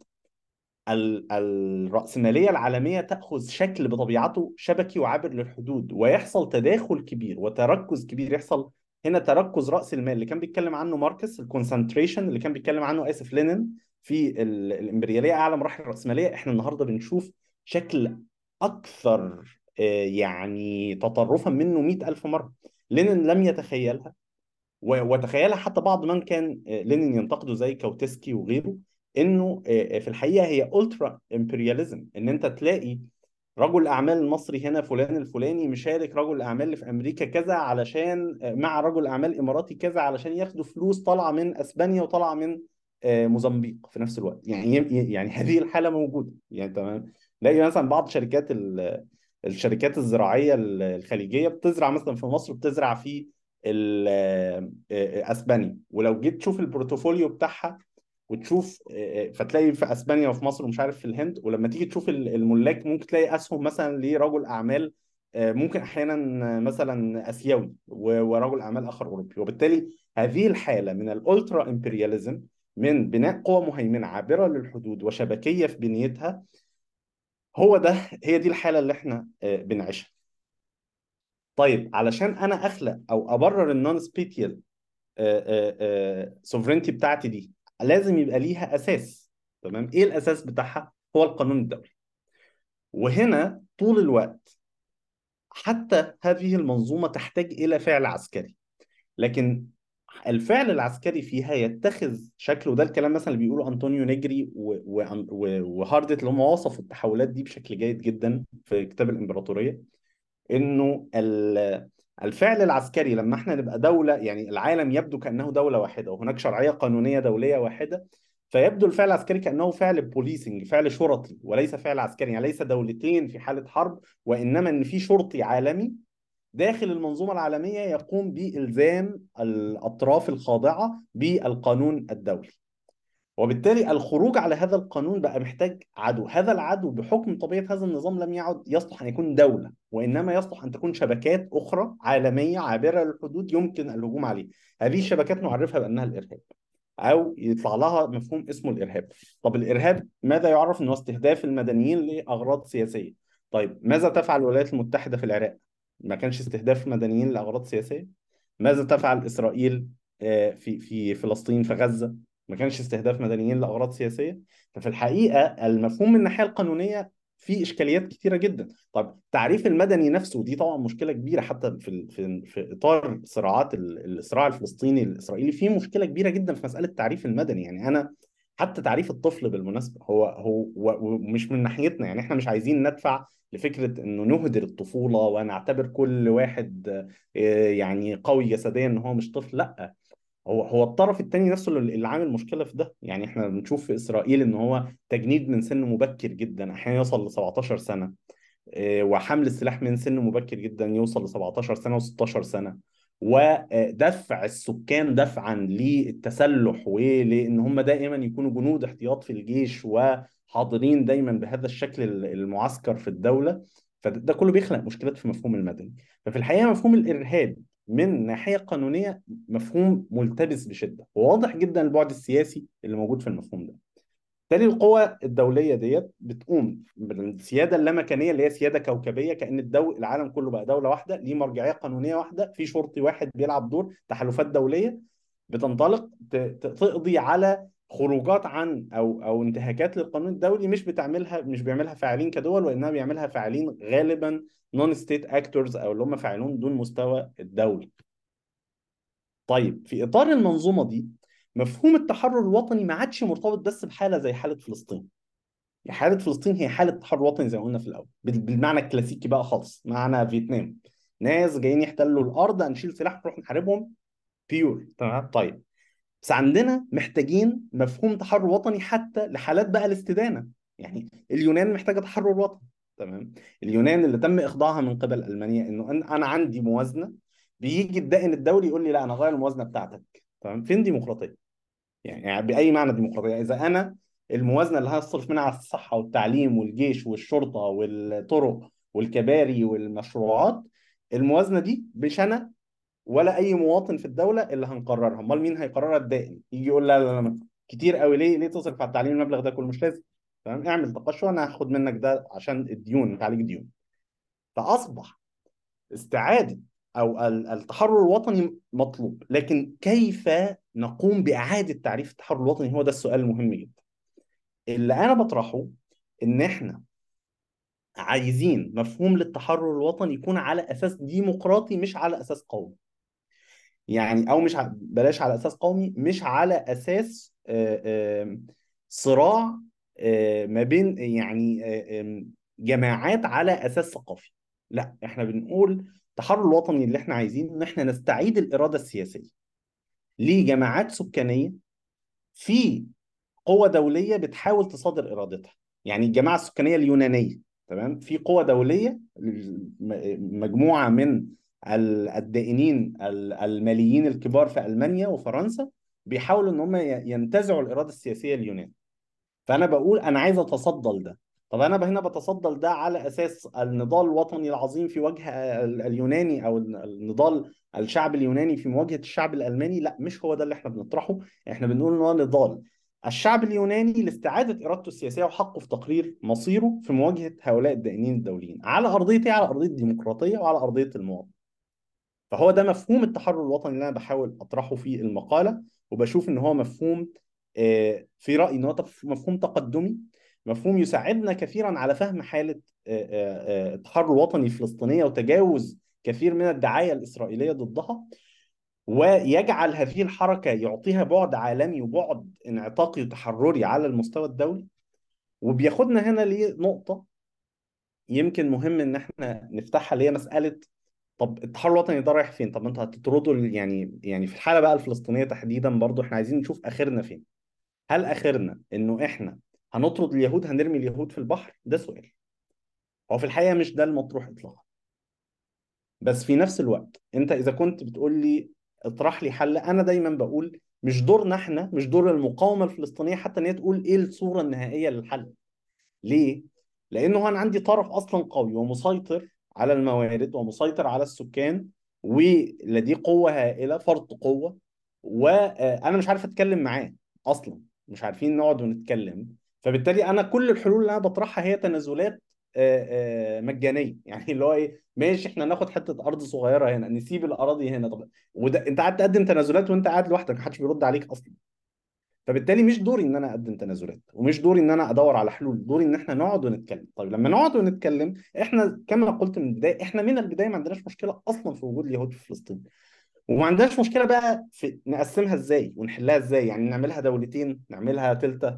الرأسمالية العالمية تأخذ شكل بطبيعته شبكي وعابر للحدود، ويحصل تداخل كبير وتركز كبير. يحصل هنا تركز رأس المال اللي كان بيتكلم عنه ماركس، الكونسنتريشن اللي كان بيتكلم عنه آسف لينين في الإمبريالية، أعلى مراحل الرأسمالية. احنا النهاردة بنشوف شكل أكثر يعني تطرفا منه 100,000 مرة. لينين لم يتخيلها، وتخيلها حتى بعض من كان لينين ينتقده زي كاوتسكي وغيره، انه في الحقيقه هي الترا امبرياليزم، ان انت تلاقي رجل الاعمال المصري هنا فلان الفلاني مشارك رجل الاعمال اللي في امريكا كذا علشان مع رجل اعمال اماراتي كذا علشان ياخدوا فلوس طالعه من اسبانيا وطالعه من موزمبيق في نفس الوقت. يعني هذه الحاله موجوده، يعني تمام. تلاقي مثلا بعض الشركات الزراعيه الخليجيه بتزرع مثلا في مصر، بتزرع في اسبانيا، ولو جيت تشوف البورتفوليو بتاعها وتشوف فتلاقي في اسبانيا وفي مصر ومش عارف في الهند. ولما تيجي تشوف الملاك ممكن تلاقي اسهم مثلا لرجل اعمال ممكن احيانا مثلا اسيوي ورجل اعمال اخر اوروبي. وبالتالي هذه الحاله من الالترا امبرياليزم، من بناء قوى مهيمنه عابره للحدود وشبكيه في بنيتها، هي دي الحاله اللي احنا بنعيشها. طيب، علشان انا اخلق او ابرر النون سبيتيال سوفرينتي بتاعتي دي، لازم يبقى ليها اساس. تمام، ايه الاساس بتاعها؟ هو القانون الدولي. وهنا طول الوقت حتى هذه المنظومة تحتاج الى فعل عسكري، لكن الفعل العسكري فيها يتخذ شكل، وده الكلام مثلا اللي بيقوله انطونيو نيجري وهاردت، اللي هم وصفوا التحولات دي بشكل جيد جدا في كتاب الامبراطورية. انه الفعل العسكري لما احنا نبقى دولة، يعني العالم يبدو كأنه دولة واحدة وهناك شرعية قانونية دولية واحدة، فيبدو الفعل العسكري كأنه فعل بوليسنج، فعل شرطي وليس فعل عسكري. يعني ليس دولتين في حالة حرب، وإنما إن في شرطي عالمي داخل المنظومة العالمية يقوم بإلزام الأطراف الخاضعة بالقانون الدولي. وبالتالي الخروج على هذا القانون بقى محتاج عدو. هذا العدو بحكم طبيعة هذا النظام لم يعد يصلح أن يكون دولة، وإنما يصلح أن تكون شبكات أخرى عالمية عابرة للحدود يمكن الهجوم عليه. هذه الشبكات نعرفها بأنها الإرهاب، أو يطلع لها مفهوم اسمه الإرهاب. طب الإرهاب ماذا يعرف؟ أنه استهداف المدنيين لأغراض سياسية. طيب، ماذا تفعل الولايات المتحدة في العراق؟ ما كانش استهداف مدنيين لأغراض سياسية. ماذا تفعل إسرائيل في فلسطين، في غزة؟ ما كانش استهداف مدنيين لأغراض سياسية. ففي الحقيقة المفهوم من الناحية القانونية فيه إشكاليات كتيرة جدا. طب تعريف المدني نفسه دي طبعا مشكلة كبيرة، حتى في إطار صراعات الصراع الفلسطيني الإسرائيلي، في مشكلة كبيرة جدا في مسألة تعريف المدني. يعني أنا حتى تعريف الطفل بالمناسبة هو ومش من ناحيتنا، يعني احنا مش عايزين ندفع لفكرة انه نهدر الطفولة ونعتبر كل واحد يعني قوي جسديا ان هو مش طفل. لا، هو الطرف الثاني نفسه اللي عامل مشكله في ده. يعني احنا بنشوف في اسرائيل ان هو تجنيد من سن مبكر جدا، احيانا يوصل ل 17 سنه، وحمل السلاح من سن مبكر جدا يوصل ل 17 سنه و16 سنه، ودفع السكان دفعا للتسلح ولان هم دائما يكونوا جنود احتياط في الجيش وحاضرين دايما بهذا الشكل المعسكر في الدوله. فده كله بيخلق مشكلات في مفهوم المدني. ففي الحقيقه مفهوم الارهاب من ناحيه قانونيه مفهوم ملتبس بشده، وواضح جدا البعد السياسي اللي موجود في المفهوم ده. بالتالي القوى الدولية ديت بتقوم بالسيادة اللامكانية اللي هي سيادة كوكبية، كأن العالم كله بقى دولة واحدة، ليه مرجعية قانونية واحدة، في شرطي واحد بيلعب دور، تحالفات دولية بتنطلق تقضي على خروجات عن او انتهاكات للقانون الدولي، مش بيعملها فاعلين كدول، وانما بيعملها فاعلين غالبا نون ستيت اكتورز، او اللي هم فاعلون دون مستوى الدولة. طيب في اطار المنظومة دي، مفهوم التحرر الوطني ما عادش مرتبط بس بحالة زي حالة فلسطين. يعني حالة فلسطين هي حالة تحرر وطني زي ما قلنا في الأول، بالمعنى الكلاسيكي بقى خالص، معنى فيتنام، ناس جايين يحتلوا الأرض، هنشيل سلاح نروح نحاربهم، بيور. تمام. طيب بس عندنا محتاجين مفهوم تحرر وطني حتى لحالات بقى الاستدانة. يعني اليونان محتاجة تحرر وطني. تمام. اليونان اللي تم إخضاعها من قبل ألمانيا، إنه أنا عندي موازنة، بيجي الدائن الدولي يقول لي لا أنا هغير الموازنة بتاعتك. تمام. فين ديمقراطية؟ يعني بأي معنى ديمقراطية إذا أنا الموازنة اللي هصرف منها على الصحة والتعليم والجيش والشرطة والطرق والكباري والمشروعات، الموازنة دي مش أنا ولا أي مواطن في الدولة اللي هنقررها، أمال مين هيقررها؟ الدائن يجي يقول لا لا لا كتير قوي، ليه تصرف على التعليم المبلغ ده كله؟ مش لازم. تمام. اعمل تقشف وأنا هاخد منك ده عشان الديون، أنت عليك ديون. فأصبح استعادة أو التحرر الوطني مطلوب، لكن كيف نقوم بإعادة تعريف التحرر الوطني؟ هو ده السؤال المهم جدا اللي أنا بطرحه. إن إحنا عايزين مفهوم للتحرر الوطني يكون على أساس ديمقراطي مش على أساس قومي. يعني أو مش بلاش على أساس قومي، مش على أساس صراع ما بين يعني جماعات على أساس ثقافي. لا، إحنا بنقول التحرر الوطني اللي إحنا عايزينه إن إحنا نستعيد الإرادة السياسية لجماعات سكانية في قوة دولية بتحاول تصادر إرادتها. يعني الجماعة السكانية اليونانية، تمام، في قوة دولية، مجموعة من الدائنين الماليين الكبار في ألمانيا وفرنسا بيحاولوا إن هم ينتزعوا الإرادة السياسية اليونان. فانا بقول انا عايز اتصدى لده. طب انا هنا بتصدى لده على اساس النضال الوطني العظيم في وجه اليوناني، او النضال الشعب اليوناني في مواجهة الشعب الالماني؟ لا، مش هو ده اللي احنا بنطرحه. احنا بنقول ان هو نضال الشعب اليوناني لاستعادة ارادته السياسية وحقه في تقرير مصيره في مواجهة هؤلاء الدائنين الدوليين على ارضية ايه؟ على ارضية الديمقراطية وعلى ارضية المواطن. فهو ده مفهوم التحرر الوطني اللي انا بحاول اطرحه في المقاله. وبشوف ان هو مفهوم، في رايي ان هو مفهوم تقدمي، مفهوم يساعدنا كثيرا على فهم حاله التحرر الوطني الفلسطينيه وتجاوز كثير من الدعايه الاسرائيليه ضدها، ويجعل هذه الحركه يعطيها بعد عالمي وبعد انعتاقي تحرري على المستوى الدولي. وبياخدنا هنا لنقطه يمكن مهم ان احنا نفتحها، اللي هي مساله طب التحرر الوطني ده رايح فين؟ طب ما انتوا هتطردوا يعني في الحاله بقى الفلسطينيه تحديدا برضو احنا عايزين نشوف اخرنا فين. هل اخرنا انه احنا هنطرد اليهود، هنرمي اليهود في البحر؟ ده سؤال. هو في الحقيقه مش ده المطروح اطلاقا. بس في نفس الوقت انت اذا كنت بتقول لي اطرح لي حل، انا دايما بقول مش دورنا احنا، مش دور المقاومه الفلسطينيه حتى ان هي تقول ايه الصوره النهائيه للحل. ليه؟ لأنه أنا عندي طرف أصلا قوي ومسيطر على الموارد ومسيطر على السكان ولديه قوة هائلة، فرط قوة، وأنا مش عارف أتكلم معاه أصلا، مش عارفين نقعد ونتكلم. فبالتالي أنا كل الحلول اللي أنا بطرحها هي تنازلات مجانية. يعني اللي هو إيه، ماشي إحنا ناخد حتة أرض صغيرة هنا، نسيب الأراضي هنا. طب وده أنت قاعد تقدم تنازلات وأنت قاعد لوحدك، محدش بيرد عليك أصلا. فبالتالي مش دوري ان انا اقدم تنازلات، ومش دوري ان انا ادور على حلول، دوري ان احنا نقعد ونتكلم. طيب لما نقعد ونتكلم، احنا كما قلت من البدايه، احنا من البدايه ما عندناش مشكله اصلا في وجود اليهود في فلسطين، وما عندناش مشكله بقى في نقسمها ازاي ونحلها ازاي. يعني نعملها دولتين، نعملها تالتة،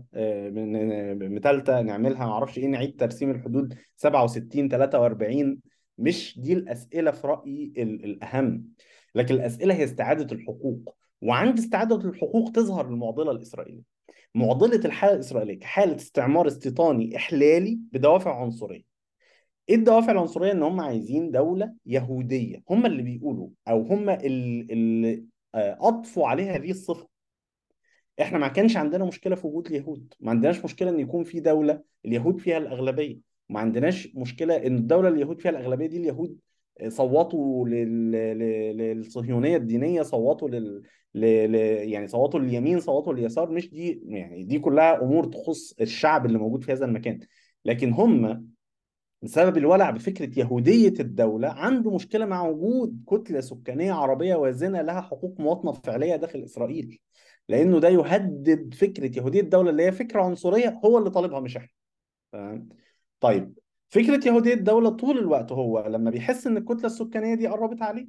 تالتة، نعملها ما اعرفش ايه، نعيد ترسيم الحدود 67 43. مش دي الاسئله في رايي الاهم، لكن الاسئله هي استعاده الحقوق. وعند استعادة الحقوق تظهر المعضلة الإسرائيلية. معضلة الحالة الإسرائيلية كحالة استعمار استيطاني إحلالي بدوافع عنصرية. إيه الدوافع العنصرية؟ إن هم عايزين دولة يهودية، هم اللي بيقولوا، أو هم اللي أضفوا عليها هذه الصفة. احنا ما كانش عندنا مشكله في وجود اليهود، ما عندناش مشكله ان يكون في دوله اليهود فيها الاغلبيه، ما عندناش مشكله ان الدوله اللي اليهود فيها الاغلبيه دي اليهود صوتوا للصهيونيه الدينيه، صوتوا يعني صوتوا لليمين، صوتوا لليسار، مش دي يعني دي كلها امور تخص الشعب اللي موجود في هذا المكان. لكن هم بسبب الولع بفكرة يهودية الدولة عنده مشكلة مع وجود كتلة سكانية عربية وازنة لها حقوق مواطنة فعلية داخل إسرائيل، لأنه ده يهدد فكرة يهودية الدولة اللي هي فكرة عنصرية هو اللي طالبها مش إحنا. تمام؟ طيب، فكرة يهودية الدولة طول الوقت هو لما بيحس إن الكتلة السكانية دي قربت عليه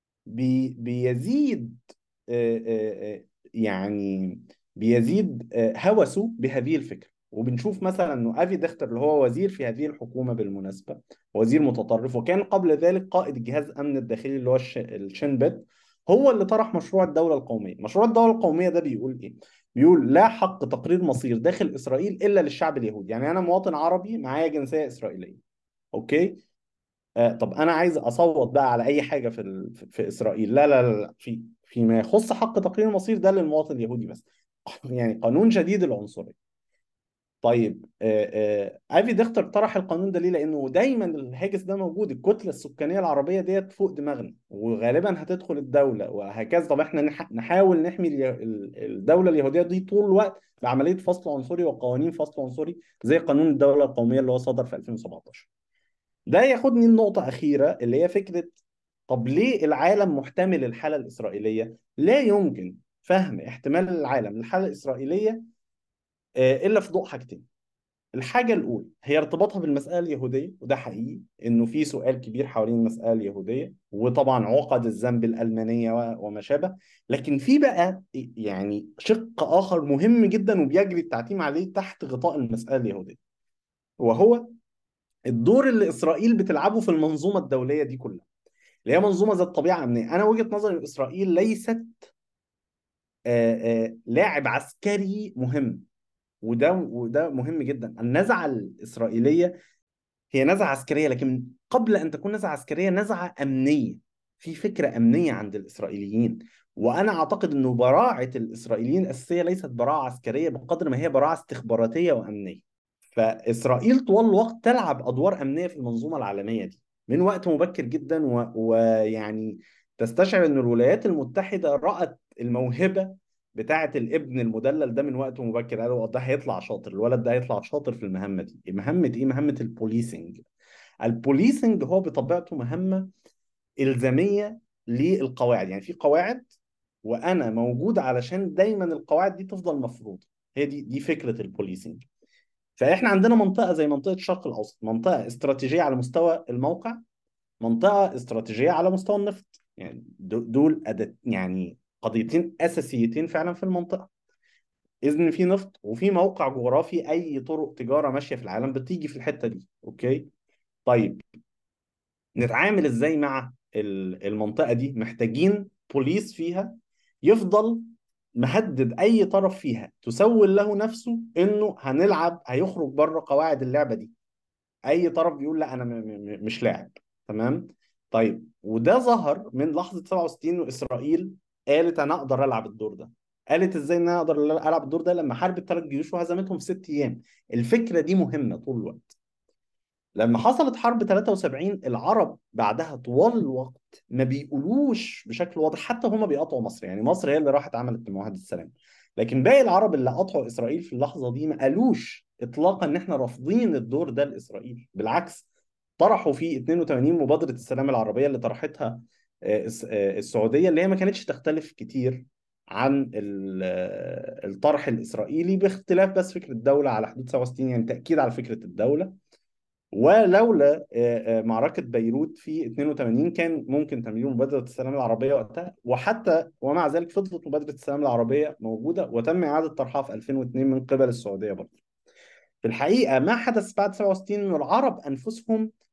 بيزيد يعني بيزيد هوسه بهذه الفكرة. وبنشوف مثلا انه افي ديختر اللي هو وزير في هذه الحكومة بالمناسبة، وزير متطرف، وكان قبل ذلك قائد الجهاز الامن الداخلي اللي هو الشين بيت، هو اللي طرح مشروع الدولة القومية. مشروع الدولة القومية ده بيقول ايه؟ بيقول لا حق تقرير مصير داخل اسرائيل الا للشعب اليهودي. يعني انا مواطن عربي معايا جنسية اسرائيلية، اوكي، طب انا عايز اصوت بقى على اي حاجه في اسرائيل، لا لا لا لا. فيما يخص حق تقرير المصير ده للمواطن اليهودي بس. يعني قانون شديد العنصريه. طيب، افي ديختر طرح القانون ده ليه؟ لانه دايما الهاجس ده موجود، الكتله السكانيه العربيه ديت فوق دماغنا وغالبا هتدخل الدوله وهكذا. طب احنا نحاول نحمي الدوله اليهوديه دي طول الوقت بعمليه فصل عنصري وقوانين فصل عنصري زي قانون الدوله القوميه اللي هو صدر في 2017. ده ياخدني لنقطة أخيرة اللي هي فكرة، طب ليه العالم محتمل الحالة الإسرائيلية؟ لا يمكن فهم احتمال العالم للحالة الإسرائيلية إلا في ضوء حاجتين. الحاجة الأولى هي ارتباطها بالمسألة اليهودية، وده حقيقي إنه في سؤال كبير حوالين المسألة اليهودية، وطبعا عقد الذنب الألمانية وما شابه. لكن في بقى يعني شق آخر مهم جدا وبيجري التعتيم عليه تحت غطاء المسألة اليهودية، وهو الدور اللي إسرائيل بتلعبه في المنظومة الدولية دي كلها، اللي هي منظومه ذات طبيعه امنيه. انا وجهه نظري ان اسرائيل ليست لاعب عسكري مهم، وده مهم جدا. النزعه الاسرائيليه هي نزعه عسكريه، لكن قبل ان تكون نزعه عسكريه نزعه امنيه، في فكره امنيه عند الاسرائيليين. وانا اعتقد انه براعه الاسرائيليين الاساسيه ليست براعه عسكريه بقدر ما هي براعه استخباراتيه وامنيه. فإسرائيل طوال الوقت تلعب أدوار أمنية في المنظومة العالمية دي من وقت مبكر جدا، ويعني تستشعر أن الولايات المتحدة رأت الموهبة بتاعة الابن المدلل ده من وقت مبكر. قالوا ده هيطلع شاطر، الولد ده هيطلع شاطر في المهمة دي. مهمة إيه؟ مهمة البوليسنج. البوليسنج هو بطبيعته مهمة إلزامية للقواعد، يعني في قواعد وأنا موجود علشان دايما القواعد دي تفضل مفروضة. هي دي فكرة البوليسنج. فاحنا عندنا منطقه زي منطقه الشرق الاوسط، منطقه استراتيجيه على مستوى الموقع، منطقه استراتيجيه على مستوى النفط. يعني دول يعني قضيتين اساسيتين فعلا في المنطقه، اذن في نفط وفي موقع جغرافي، اي طرق تجاره ماشيه في العالم بتيجي في الحته دي. اوكي، طيب نتعامل ازاي مع المنطقه دي؟ محتاجين بوليس فيها يفضل مهدد اي طرف فيها تسول له نفسه انه هنلعب، هيخرج بره قواعد اللعبه دي. اي طرف بيقول لا انا مش لاعب. تمام. طيب، وده ظهر من لحظه 67 واسرائيل قالت انا اقدر العب الدور ده. قالت ازاي ان انا اقدر العب الدور ده؟ لما حاربت 3 جيوش وهزمتهم في 6 ايام. الفكره دي مهمه طول الوقت. لما حصلت حرب 73 العرب بعدها طوال الوقت ما بيقولوش بشكل واضح، حتى هما بيقاطعوا مصر، يعني مصر هي اللي راحت عملت معاهدة السلام، لكن باقي العرب اللي قاطعوا إسرائيل في اللحظة دي ما قالوش إطلاقا إن إحنا رافضين الدور ده لإسرائيل. بالعكس، طرحوا في 82 مبادرة السلام العربية اللي طرحتها السعودية، اللي هي ما كانتش تختلف كتير عن الطرح الإسرائيلي، باختلاف بس فكرة الدولة على حدود 67، يعني تأكيد على فكرة الدولة. ولولا معركة بيروت في 82 كان ممكن تعملوا مبادرة السلام العربية وقتها، وحتى ومع ذلك فضلت مبادرة السلام العربية موجودة وتم إعادة طرحها في 2002 من قبل السعودية برضه. في الحقيقة ما حدث بعد 67 إنه العرب أنفسهم